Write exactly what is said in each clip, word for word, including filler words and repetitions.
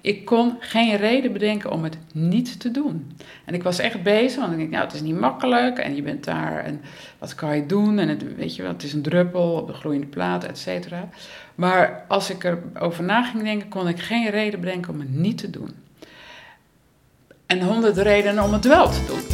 Ik kon geen reden bedenken om het niet te doen. En ik was echt bezig, want ik denk, nou, het is niet makkelijk en je bent daar en wat kan je doen? En het, weet je wel, het is een druppel op de gloeiende plaat, et cetera. Maar als ik erover na ging denken, kon ik geen reden bedenken om het niet te doen. En honderd redenen om het wel te doen.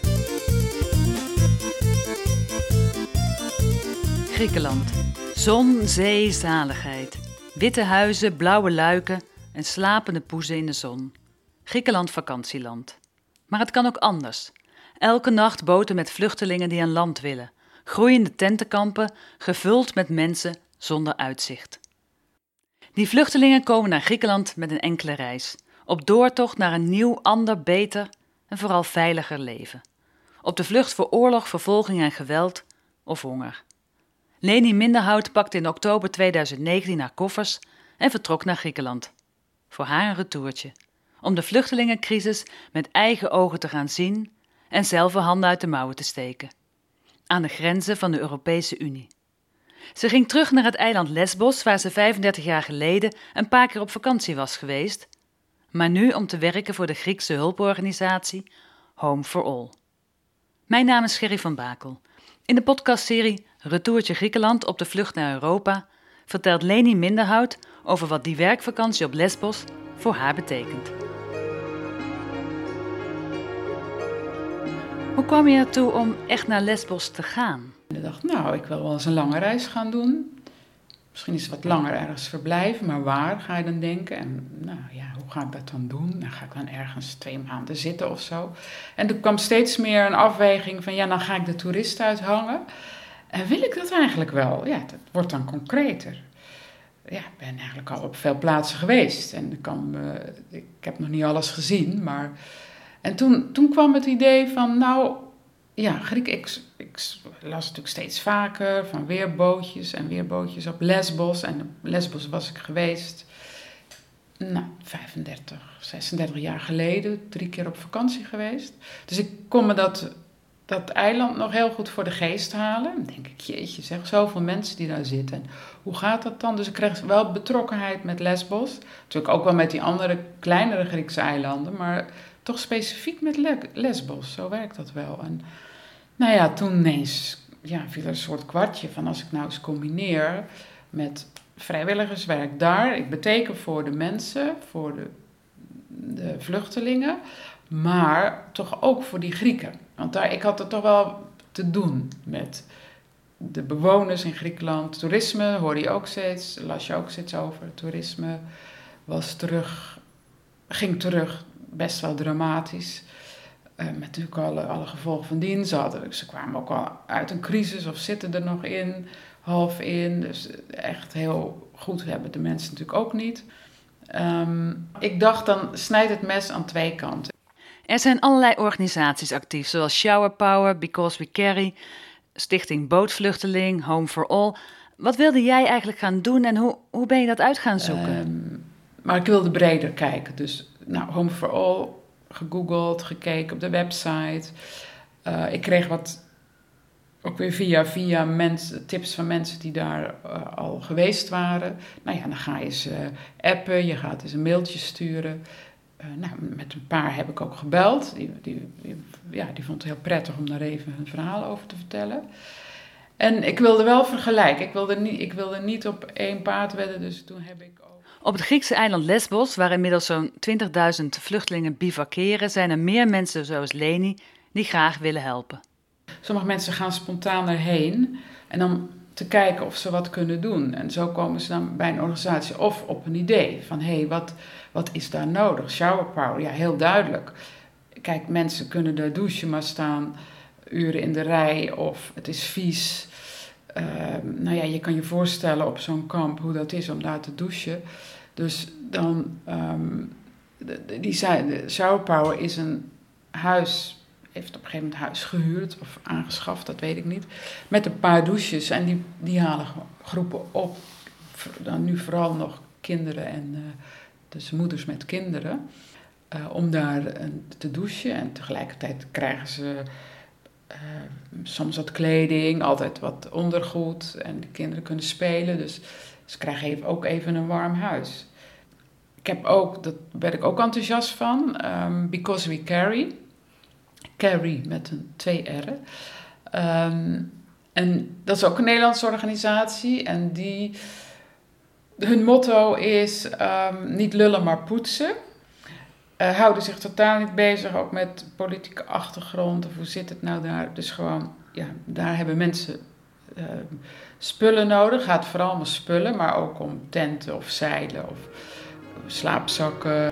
Griekenland. Zon, zee, zaligheid. Witte huizen, blauwe luiken en slapende poezen in de zon. Griekenland vakantieland. Maar het kan ook anders. Elke nacht boten met vluchtelingen die aan land willen. Groeiende tentenkampen, gevuld met mensen zonder uitzicht. Die vluchtelingen komen naar Griekenland met een enkele reis. Op doortocht naar een nieuw, ander, beter en vooral veiliger leven. Op de vlucht voor oorlog, vervolging en geweld of honger. Leni Minderhout pakte in oktober tweeduizend negentien haar koffers en vertrok naar Griekenland. Voor haar een retourtje. Om de vluchtelingencrisis met eigen ogen te gaan zien en zelf een handen uit de mouwen te steken. Aan de grenzen van de Europese Unie. Ze ging terug naar het eiland Lesbos, waar ze vijfendertig jaar geleden een paar keer op vakantie was geweest. Maar nu om te werken voor de Griekse hulporganisatie Home for All. Mijn naam is Gerry van Bakel. In de podcastserie Retourtje Griekenland op de vlucht naar Europa vertelt Leni Minderhout over wat die werkvakantie op Lesbos voor haar betekent. Hoe kwam je ertoe om echt naar Lesbos te gaan? Ik dacht, nou, ik wil wel eens een lange reis gaan doen. Misschien is het wat langer ergens verblijven, maar waar ga je dan denken? En nou ja, hoe ga ik dat dan doen? Dan ga ik dan ergens twee maanden zitten of zo. En er kwam steeds meer een afweging van, ja, dan ga ik de toeristen uithangen. En wil ik dat eigenlijk wel? Ja, dat wordt dan concreter. Ja, ik ben eigenlijk al op veel plaatsen geweest. En ik, kan, uh, ik heb nog niet alles gezien, maar... En toen, toen kwam het idee van, nou... Ja, Griek, ik, ik las natuurlijk steeds vaker van weerbootjes en weerbootjes op Lesbos. En op Lesbos was ik geweest, nou, vijfendertig, zesendertig jaar geleden, drie keer op vakantie geweest. Dus ik kon me dat, dat eiland nog heel goed voor de geest halen. Dan denk ik, jeetje zeg, zoveel mensen die daar zitten. Hoe gaat dat dan? Dus ik kreeg wel betrokkenheid met Lesbos. Natuurlijk ook wel met die andere, kleinere Griekse eilanden, maar... Toch specifiek met Lesbos, zo werkt dat wel. En nou ja, toen ineens ja, viel er een soort kwartje van als ik nou eens combineer met vrijwilligerswerk daar. Ik beteken voor de mensen, voor de, de vluchtelingen, maar toch ook voor die Grieken. Want daar, ik had er toch wel te doen met de bewoners in Griekenland. Toerisme hoorde je ook steeds, las je ook steeds over. Toerisme was terug, ging terug. Best wel dramatisch. Uh, met natuurlijk alle, alle gevolgen van dien. Ze, hadden, ze kwamen ook al uit een crisis of zitten er nog in, half in. Dus echt heel goed hebben de mensen natuurlijk ook niet. Um, ik dacht, dan snijdt het mes aan twee kanten. Er zijn allerlei organisaties actief, zoals Shower Power, Because We Carry, Stichting Bootvluchteling, Home for All. Wat wilde jij eigenlijk gaan doen en hoe, hoe ben je dat uit gaan zoeken? Um, maar ik wilde breder kijken, dus... Nou, Home for All, gegoogeld, gekeken op de website. Uh, ik kreeg wat, ook weer via, via mensen, tips van mensen die daar uh, al geweest waren. Nou ja, dan ga je eens uh, appen, je gaat eens een mailtje sturen. Uh, nou, met een paar heb ik ook gebeld. Die, die, die, ja, die vond het heel prettig om daar even een verhaal over te vertellen. En ik wilde wel vergelijken. Ik wilde niet, ik wilde niet op één paard wedden, dus toen heb ik ook... Op het Griekse eiland Lesbos, waar inmiddels zo'n twintigduizend vluchtelingen bivakeren, zijn er meer mensen zoals Leni die graag willen helpen. Sommige mensen gaan spontaan erheen en dan te kijken of ze wat kunnen doen. En zo komen ze dan bij een organisatie of op een idee van, hé, hey, wat, wat is daar nodig? Shower power, ja, heel duidelijk. Kijk, mensen kunnen daar douchen, maar staan uren in de rij of het is vies. Uh, nou ja, je kan je voorstellen op zo'n kamp hoe dat is om daar te douchen. Dus dan, um, die zei, de Shower Power is een huis, heeft op een gegeven moment huis gehuurd of aangeschaft, dat weet ik niet, met een paar douches en die, die halen groepen op, dan nu vooral nog kinderen en uh, dus moeders met kinderen, uh, om daar uh, te douchen en tegelijkertijd krijgen ze uh, soms wat kleding, altijd wat ondergoed en de kinderen kunnen spelen, dus ze krijgen even, ook even een warm huis. ik heb ook, daar ben ik ook enthousiast van, um, Because We Carry. Carry met een twee R'en. Um, en dat is ook een Nederlandse organisatie. En die, hun motto is um, niet lullen, maar poetsen. Uh, houden zich totaal niet bezig, ook met politieke achtergrond. Of hoe zit het nou daar? Dus gewoon, ja, daar hebben mensen uh, spullen nodig. Gaat vooral om spullen, maar ook om tenten of zeilen of slaapzakken.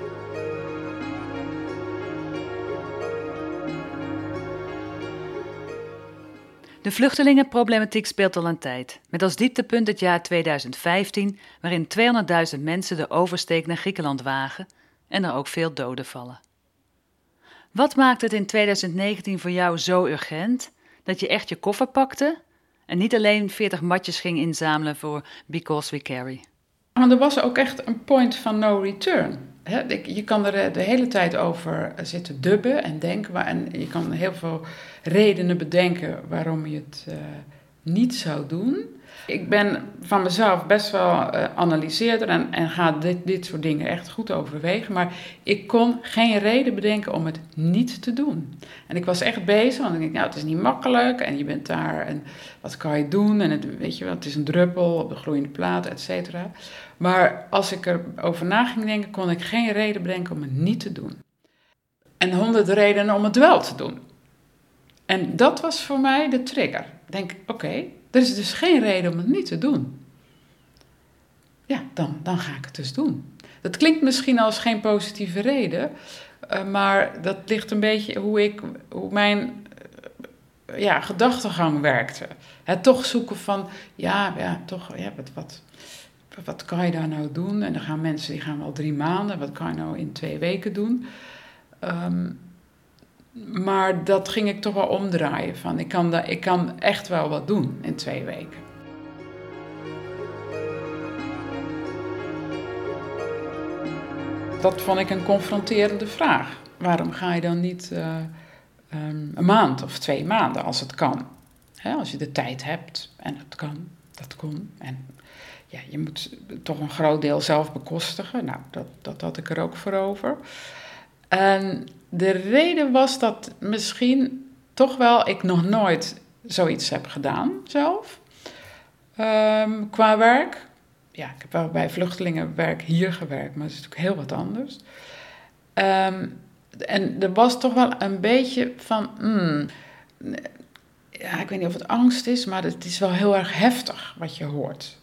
De vluchtelingenproblematiek speelt al een tijd, met als dieptepunt het jaar tweeduizend vijftien, waarin tweehonderdduizend mensen de oversteek naar Griekenland wagen en er ook veel doden vallen. Wat maakt het in tweeduizend negentien voor jou zo urgent dat je echt je koffer pakte en niet alleen veertig matjes ging inzamelen voor Because We Carry? Maar er was ook echt een point van no return. Je kan er de hele tijd over zitten dubben en denken. En je kan heel veel redenen bedenken waarom je het uh, niet zou doen. Ik ben van mezelf best wel uh, analyseerder en, en ga dit, dit soort dingen echt goed overwegen. Maar ik kon geen reden bedenken om het niet te doen. En ik was echt bezig, want ik denk, nou, het is niet makkelijk en je bent daar en wat kan je doen? En het, weet je wel, het is een druppel op de gloeiende plaat, et cetera. Maar als ik erover na ging denken, kon ik geen reden bedenken om het niet te doen. En honderd redenen om het wel te doen. En dat was voor mij de trigger. Ik denk, oké, okay, er is dus geen reden om het niet te doen. Ja, dan, dan ga ik het dus doen. Dat klinkt misschien als geen positieve reden, uh, maar dat ligt een beetje hoe, ik, hoe mijn uh, ja, gedachtegang werkte. Het toch zoeken van, ja, ja toch, ja, wat, wat, wat kan je daar nou doen? En dan gaan mensen, die gaan wel drie maanden, wat kan je nou in twee weken doen? Um, Maar dat ging ik toch wel omdraaien. Van, ik, kan da, ik kan echt wel wat doen in twee weken. Dat vond ik een confronterende vraag. Waarom ga je dan niet uh, um, een maand of twee maanden als het kan? Hè, als je de tijd hebt en het kan, dat kon. En ja, je moet toch een groot deel zelf bekostigen. Nou, dat, dat had ik er ook voor over. En de reden was dat misschien toch wel ik nog nooit zoiets heb gedaan zelf. Um, qua werk. Ja, ik heb wel bij vluchtelingenwerk hier gewerkt, maar dat is natuurlijk heel wat anders. Um, en er was toch wel een beetje van... Mm, ja, ik weet niet of het angst is, maar het is wel heel erg heftig wat je hoort.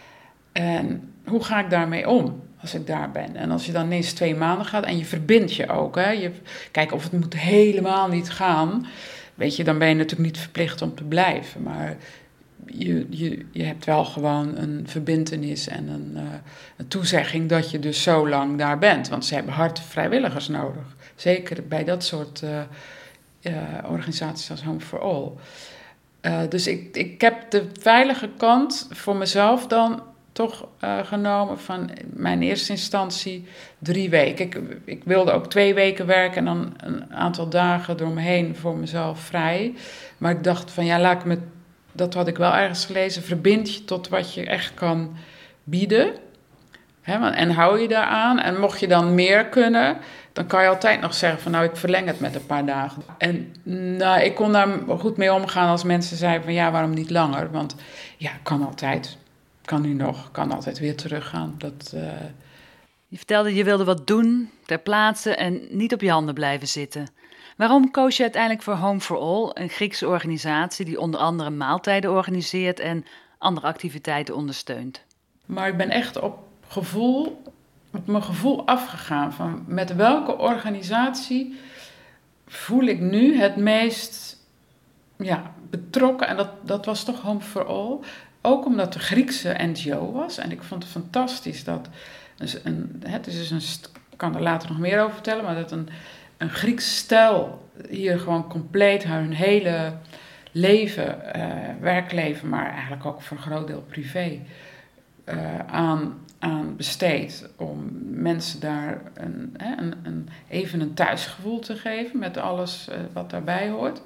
En hoe ga ik daarmee om? Als ik daar ben. En als je dan ineens twee maanden gaat en je verbindt je ook. Hè? Je, kijk, of het moet helemaal niet gaan. Weet je, dan ben je natuurlijk niet verplicht om te blijven. Maar je, je, je hebt wel gewoon een verbintenis en een, uh, een toezegging dat je dus zo lang daar bent. Want ze hebben hard vrijwilligers nodig. Zeker bij dat soort uh, uh, organisaties als Home for All. Uh, dus ik, ik heb de veilige kant voor mezelf dan... toch uh, genomen van mijn eerste instantie drie weken. Ik, ik wilde ook twee weken werken en dan een aantal dagen door me heen voor mezelf vrij. Maar ik dacht van ja, laat ik me, dat had ik wel ergens gelezen, verbind je tot wat je echt kan bieden. Hè, en hou je daaraan. En mocht je dan meer kunnen, dan kan je altijd nog zeggen van nou, ik verleng het met een paar dagen. En nou, ik kon daar goed mee omgaan als mensen zeiden van ja, waarom niet langer? Want ja, kan altijd... Kan nu nog, kan altijd weer teruggaan. Dat, uh... Je vertelde je wilde wat doen, ter plaatse en niet op je handen blijven zitten. Waarom koos je uiteindelijk voor Home for All, een Griekse organisatie die onder andere maaltijden organiseert en andere activiteiten ondersteunt? Maar ik ben echt op gevoel, op mijn gevoel afgegaan van met welke organisatie voel ik nu het meest ja, betrokken. En dat, dat was toch Home for All. Ook omdat de Griekse N G O was. En ik vond het fantastisch dat... Een, het is dus een, ik kan er later nog meer over vertellen... maar dat een, een Grieks stel hier gewoon compleet hun hele leven... Uh, werkleven, maar eigenlijk ook voor een groot deel privé... Uh, aan, aan besteedt om mensen daar een, een, een, even een thuisgevoel te geven... met alles uh, wat daarbij hoort...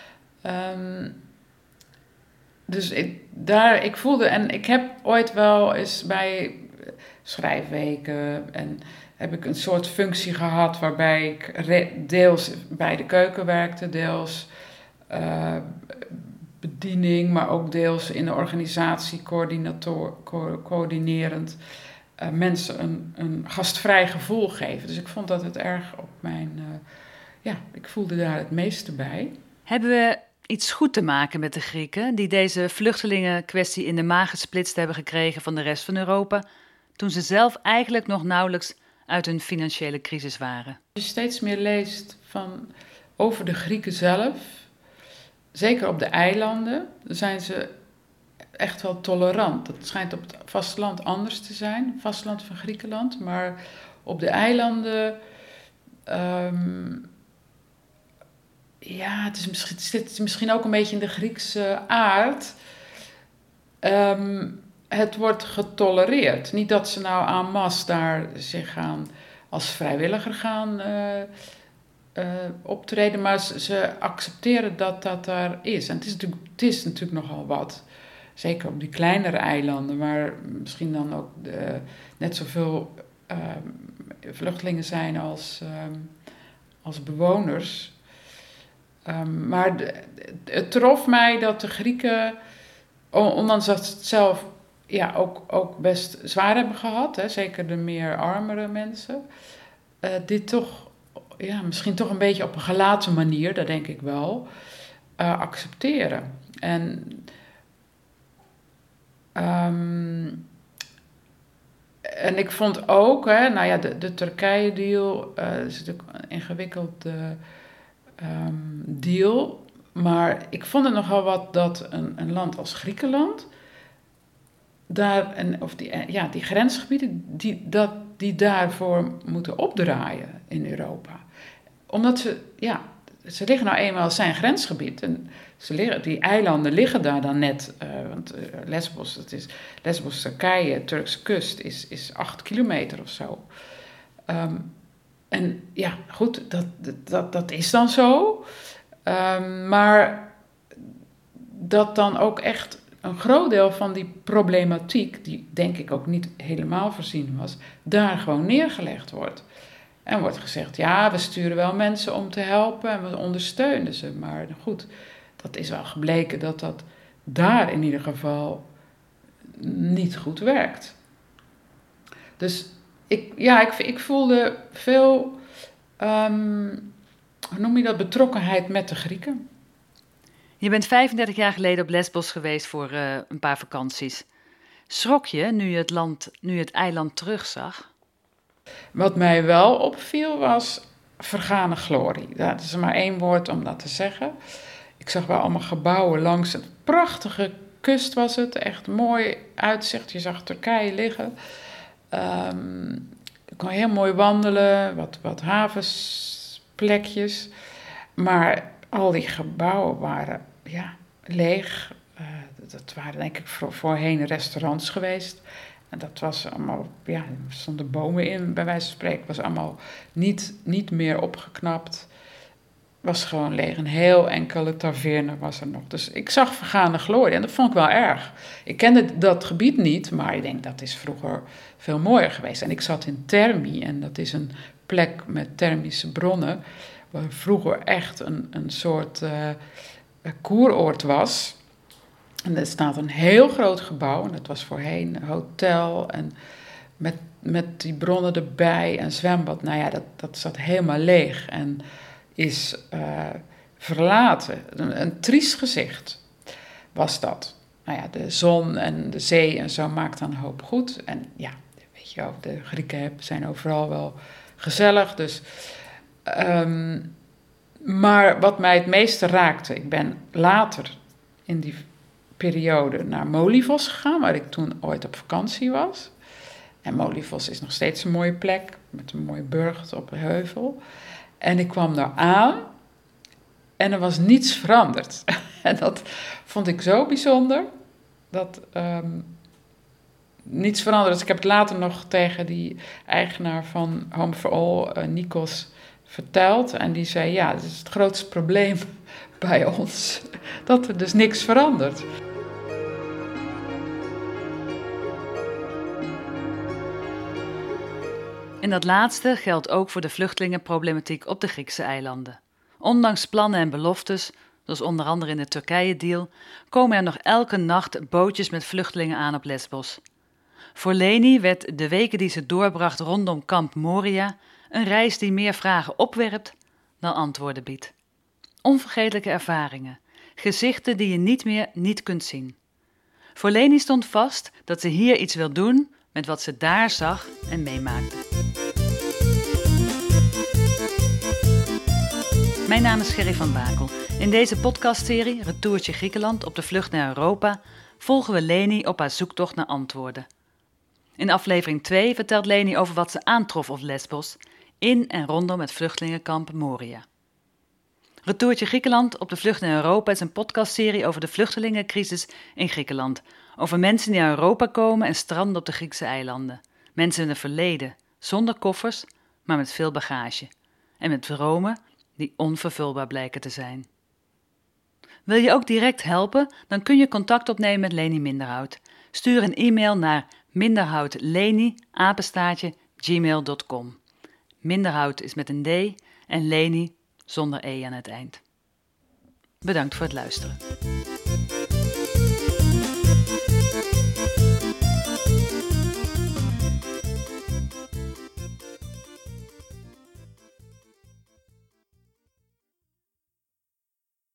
Um, Dus ik, daar, ik voelde, en ik heb ooit wel eens bij schrijfweken. En heb ik een soort functie gehad waarbij ik re- deels bij de keuken werkte, deels uh, bediening, maar ook deels in de organisatie coördinator, co- coördinerend uh, mensen een, een gastvrij gevoel geven. Dus ik vond dat het erg op mijn... Uh, ja, ik voelde daar het meeste bij. Hebben we iets goed te maken met de Grieken, die deze vluchtelingenkwestie in de maag gesplitst hebben gekregen van de rest van Europa, toen ze zelf eigenlijk nog nauwelijks uit een financiële crisis waren? Als je steeds meer leest van, over de Grieken zelf, zeker op de eilanden, zijn ze echt wel tolerant. Dat schijnt op het vasteland anders te zijn, het vasteland van Griekenland, maar op de eilanden... Um, Ja, het is misschien, het is misschien ook een beetje in de Griekse aard. Um, het wordt getolereerd. Niet dat ze nou en masse daar zich gaan als vrijwilliger gaan uh, uh, optreden, maar ze, ze accepteren dat dat daar is. En het is, natuurlijk, het is natuurlijk nogal wat. Zeker op die kleinere eilanden, waar misschien dan ook de, net zoveel uh, vluchtelingen zijn als, uh, als bewoners. Um, maar de, het trof mij dat de Grieken, ondanks dat ze het zelf ja, ook, ook best zwaar hebben gehad, hè, zeker de meer armere mensen, uh, dit toch, ja, misschien toch een beetje op een gelaten manier, dat denk ik wel, uh, accepteren. En, um, en ik vond ook, hè, nou ja, de, de Turkije-deal uh, is natuurlijk een ingewikkeld... Uh, Um, deal, maar ik vond het nogal wat dat een, een land als Griekenland daar en of die ja die grensgebieden die dat die daarvoor moeten opdraaien in Europa, omdat ze ja ze liggen nou eenmaal zijn grensgebied en ze liggen, die eilanden liggen daar dan net, uh, want uh, Lesbos, dat is Lesbos, Turkije, Turkse kust is is acht kilometer of zo. Um, En ja, goed, dat, dat, dat is dan zo. Um, maar dat dan ook echt een groot deel van die problematiek, die denk ik ook niet helemaal voorzien was, daar gewoon neergelegd wordt. En wordt gezegd, ja, we sturen wel mensen om te helpen en we ondersteunen ze. Maar goed, dat is wel gebleken dat dat daar in ieder geval niet goed werkt. Dus... Ik, ja, ik, ik voelde veel, um, hoe noem je dat, betrokkenheid met de Grieken. Je bent vijfendertig jaar geleden op Lesbos geweest voor uh, een paar vakanties. Schrok je nu je het, land, nu je het eiland terugzag? Wat mij wel opviel was vergane glorie. Dat is maar één woord om dat te zeggen. Ik zag wel allemaal gebouwen langs een prachtige kust was het. Echt mooi uitzicht. Je zag Turkije liggen. Um, ik kon heel mooi wandelen, wat, wat havensplekjes. Maar al die gebouwen waren ja, leeg. Uh, dat waren denk ik voor, voorheen restaurants geweest. En dat was allemaal, ja, er stonden bomen in, bij wijze van spreken. Was allemaal niet, niet meer opgeknapt. Was gewoon leeg. Een heel enkele taverne was er nog. Dus ik zag vergane glorie en dat vond ik wel erg. Ik kende dat gebied niet, maar ik denk dat is vroeger veel mooier geweest. En ik zat in Termi en dat is een plek met thermische bronnen, waar vroeger echt een, een soort uh, koeroord was. En er staat een heel groot gebouw en dat was voorheen een hotel en met, met die bronnen erbij en zwembad. Nou ja, dat, dat zat helemaal leeg en is uh, verlaten. Een, een triest gezicht was dat. Nou ja, de zon en de zee en zo maakt dan een hoop goed. En ja, weet je wel, de Grieken zijn overal wel gezellig. Dus, um, maar wat mij het meeste raakte, ik ben later in die periode naar Molivos gegaan, waar ik toen ooit op vakantie was. En Molivos is nog steeds een mooie plek, met een mooie burcht op een heuvel. En ik kwam daar aan en er was niets veranderd. En dat vond ik zo bijzonder, dat um, niets veranderd. Dus ik heb het later nog tegen die eigenaar van Home for All, uh, Nikos, verteld. En die zei, ja, dat is het grootste probleem bij ons, dat er dus niks verandert. En dat laatste geldt ook voor de vluchtelingenproblematiek op de Griekse eilanden. Ondanks plannen en beloftes, zoals onder andere in de Turkije-deal, komen er nog elke nacht bootjes met vluchtelingen aan op Lesbos. Voor Leni werd de weken die ze doorbracht rondom kamp Moria een reis die meer vragen opwerpt dan antwoorden biedt. Onvergetelijke ervaringen, gezichten die je niet meer niet kunt zien. Voor Leni stond vast dat ze hier iets wil doen met wat ze daar zag en meemaakte. Mijn naam is Gerry van Bakel. In deze podcastserie Retourtje Griekenland op de vlucht naar Europa volgen we Leni op haar zoektocht naar antwoorden. In aflevering twee vertelt Leni over wat ze aantrof op Lesbos in en rondom het vluchtelingenkamp Moria. Retourtje Griekenland op de vlucht naar Europa is een podcastserie over de vluchtelingencrisis in Griekenland. Over mensen die naar Europa komen en stranden op de Griekse eilanden. Mensen in het verleden, zonder koffers, maar met veel bagage. En met dromen die onvervulbaar blijken te zijn. Wil je ook direct helpen? Dan kun je contact opnemen met Leni Minderhout. Stuur een e-mail naar minderhoutleni apenstaartje gmail punt com. Minderhout is met een D en Leni zonder E aan het eind. Bedankt voor het luisteren.